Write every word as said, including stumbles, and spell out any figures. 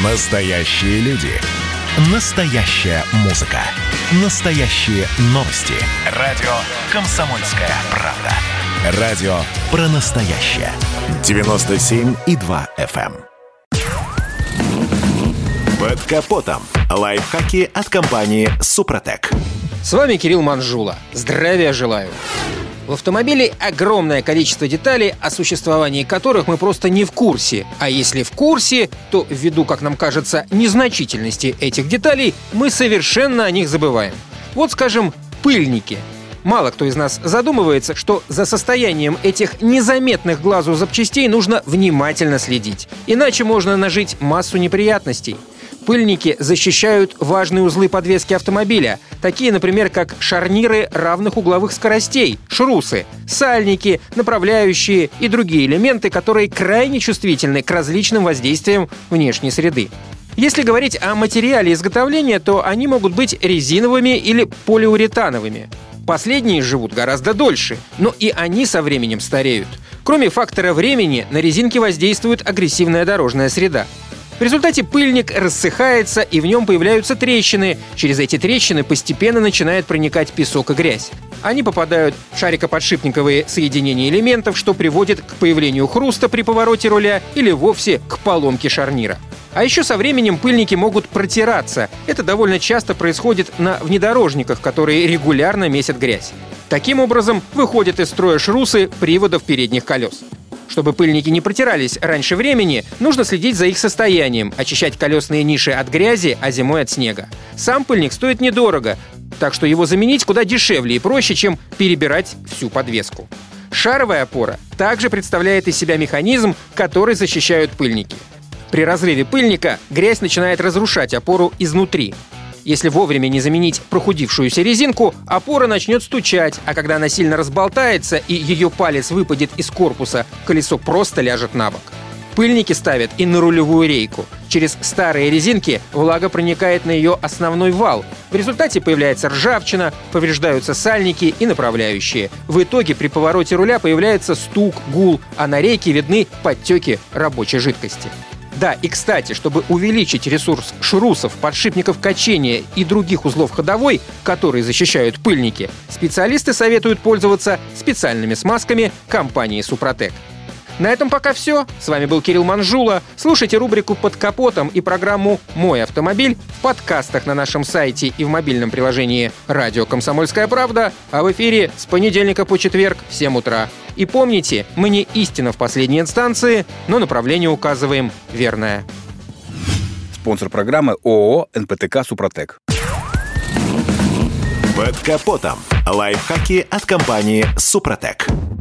Настоящие люди. Настоящая музыка. Настоящие новости. Радио «Комсомольская правда». Радио про настоящее. девяносто семь и два эф эм. Под капотом. Лайфхаки от компании «Супротек». С вами Кирилл Манжула. Здравия желаю. В автомобиле огромное количество деталей, о существовании которых мы просто не в курсе. А если в курсе, то ввиду, как нам кажется, незначительности этих деталей, мы совершенно о них забываем. Вот, скажем, пыльники. Мало кто из нас задумывается, что за состоянием этих незаметных глазу запчастей нужно внимательно следить. Иначе можно нажить массу неприятностей. Пыльники защищают важные узлы подвески автомобиля, такие, например, как шарниры равных угловых скоростей, шрусы, сальники, направляющие и другие элементы, которые крайне чувствительны к различным воздействиям внешней среды. Если говорить о материале изготовления, то они могут быть резиновыми или полиуретановыми. Последние живут гораздо дольше, но и они со временем стареют. Кроме фактора времени, на резинке воздействует агрессивная дорожная среда. В результате пыльник рассыхается, и в нем появляются трещины. Через эти трещины постепенно начинает проникать песок и грязь. Они попадают в шарикоподшипниковые соединения элементов, что приводит к появлению хруста при повороте руля или вовсе к поломке шарнира. А еще со временем пыльники могут протираться. Это довольно часто происходит на внедорожниках, которые регулярно месят грязь. Таким образом, выходят из строя шрусы приводов передних колес. Чтобы пыльники не протирались раньше времени, нужно следить за их состоянием, очищать колесные ниши от грязи, а зимой от снега. Сам пыльник стоит недорого, так что его заменить куда дешевле и проще, чем перебирать всю подвеску. Шаровая опора также представляет из себя механизм, который защищает пыльники. При разрыве пыльника грязь начинает разрушать опору изнутри. Если вовремя не заменить прохудившуюся резинку, опора начнет стучать, а когда она сильно разболтается и ее палец выпадет из корпуса, колесо просто ляжет на бок. Пыльники ставят и на рулевую рейку. Через старые резинки влага проникает на ее основной вал. В результате появляется ржавчина, повреждаются сальники и направляющие. В итоге при повороте руля появляется стук, гул, а на рейке видны подтеки рабочей жидкости. Да, и кстати, чтобы увеличить ресурс шрусов, подшипников качения и других узлов ходовой, которые защищают пыльники, специалисты советуют пользоваться специальными смазками компании «Супротек». На этом пока все. С вами был Кирилл Манжула. Слушайте рубрику «Под капотом» и программу «Мой автомобиль» в подкастах на нашем сайте и в мобильном приложении «Радио Комсомольская правда», а в эфире с понедельника по четверг в семь утра. И помните, мы не истина в последней инстанции, но направление указываем верное. Спонсор программы ООО эн пэ тэ ка «Супротек». Под капотом. Лайфхаки от компании «Супротек».